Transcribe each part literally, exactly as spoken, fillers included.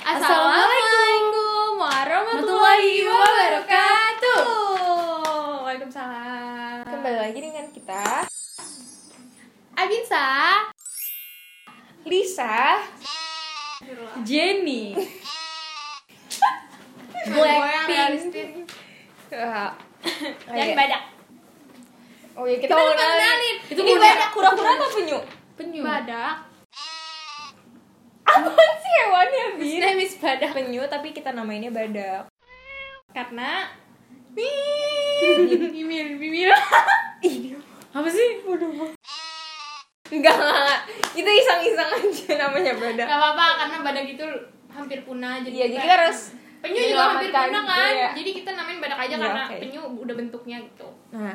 Assalamualaikum warahmatullahi wabarakatuh. Waalaikumsalam. Kembali lagi dengan kita Abinsa, Lisa, Jenny, Blackpink, uh, dan Badak. Oh ya kita Kita mau kenalin. kenalin. Itu Ini Badak. Badak kura-kura atau penyu? Penyu. Badak. Apaan sih hewannya, His Bin? name is Badak. Penyu tapi kita namainnya Badak. Karena Bimil, Bimil. Apa sih? Waduh. Enggak, enggak. Itu iseng-iseng aja namanya Badak. Gak apa-apa karena Badak itu hampir punah. Jadi Iya, jadi kita harus penyu juga hampir menyelamatkan, punah kan. iya. Jadi kita namain Badak aja Iya, karena oke. penyu udah bentuknya gitu. Nah.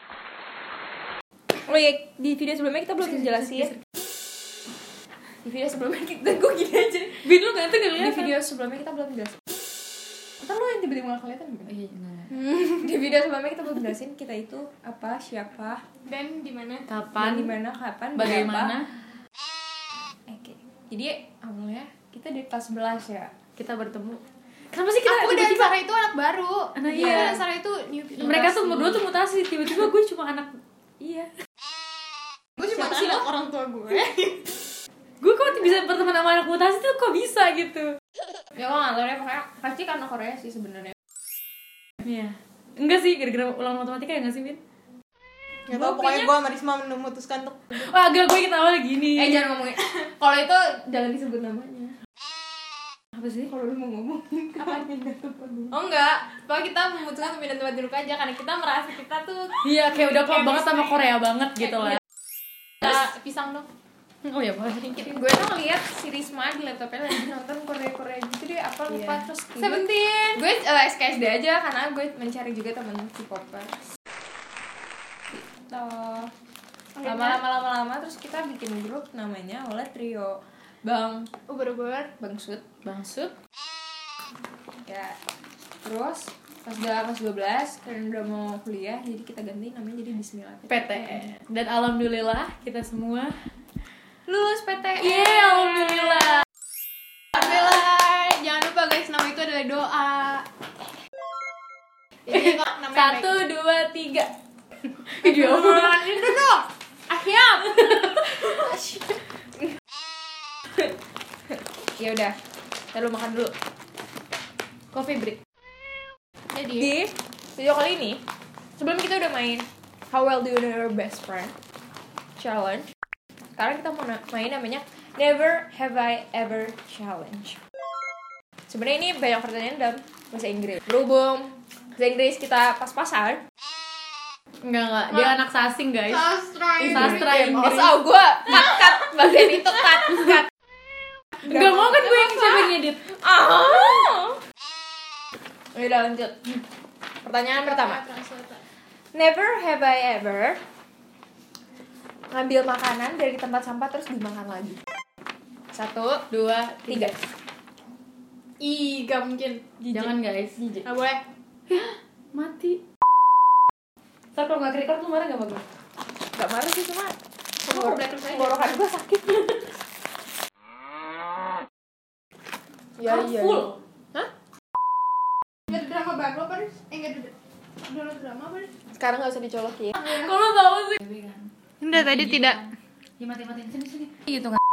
Oh ya, di video sebelumnya kita belum jelasin. Di video sebelumnya kita gue gini aja. Bin lu ganteng gak Di kelihatan? video sebelumnya kita belum jelasin. Ntar lu yang tiba-tiba gak kelihatan gitu. Iya, enggak. Di video sebelumnya kita belum jelasin kita itu apa, siapa, Dan di mana? dan Kapan? di mana, kapan, Bagaimana? berapa. Oke. Jadi awalnya kita di kelas sebelas ya. Kita bertemu. Kenapa sih kita Aku dan tiba-tiba? Sarah itu anak baru. Nah, Aku iya. dan Sarah itu new Mereka tuh berdua tuh mutasi. Tiba-tiba gue cuma anak. Iya. Gue cuma silap orang tua gue. Gue kok bisa berteman sama anak mutasi tuh kok bisa gitu? Ya gue nggak tahu deh, pokoknya pasti karena Korea sih sebenarnya. Iya. Enggak sih, gara-gara ulangan matematika ya nggak sih, Bin? Gak tau, pokoknya gue sama Risma memutuskan untuk Wah, agak gue ketawa gini. Eh jangan ngomongin. Kalau itu jangan disebut namanya. Apa sih? Kalau lu mau ngomong Apa? pindah tempat dulu. Oh enggak, pokoknya kita memutuskan untuk pindah tempat duduk aja karena kita merasa kita tuh Iya, kayak udah klop banget sama Korea banget gitu lah. kita pisang dong. Oh ya, boleh sedikit. Gue tuh ngeliat si Risma di laptopnya lagi nonton Korea-Korea gitu deh, apa lupa Iya. terus gue, Seventeen. gue uh, S K S D aja karena gue mencari juga temen K-popers. Gitu. Lama-lama lama-lama terus kita bikin grup namanya oleh Trio Bang Uber-uber. Bangsut. Bangsut. Ya. Terus pas udah kelas dua belas karena udah mau kuliah jadi kita ganti namanya jadi Bismillah P T N. Dan alhamdulillah kita semua lulus P T N. Yeay, alhamdulillah. Alhamdulillah. Jangan lupa guys, nama itu adalah doa. Jadi kok namanya Satu, dua, tiga. Video itu dong. Ahyap. Ya udah. Kita lu makan dulu. Coffee break. Jadi Di video kali ini sebelum kita udah main How well do you know your best friend challenge, sekarang kita mau na- main namanya Never Have I Ever Challenge. Sebenarnya ini banyak pertanyaan dalam bahasa Inggris. Berhubung bahasa Inggris kita pas-pasan. Enggak, enggak. Dia anak sasing, guys. sastra Sastra Oh, Inggris. so gue cut cut bagian itu cut cut. Enggak mau kan gue yang siapa yang ngedit. Ah. Udah lanjut. Pertanyaan pertama. Never have I ever ngambil makanan dari tempat sampah terus dimakan lagi. Satu, Dua, tiga. Ih, gak mungkin. Jangan, guys. Gak boleh. Mati. Ntar kalau nggak record lu marah nggak bagus? Gak marah sih cuma Aku black terus aja. tenggorokan gue sakit. Ya iya. Full. Hah? Gak ada drama baru apa nih? Eh gak ada drama drama apa nih? Sekarang gak usah dicolokin. Kalau tahu sih. Udah tadi tidak. Ya mati-matiin sini sini. Gitu kan.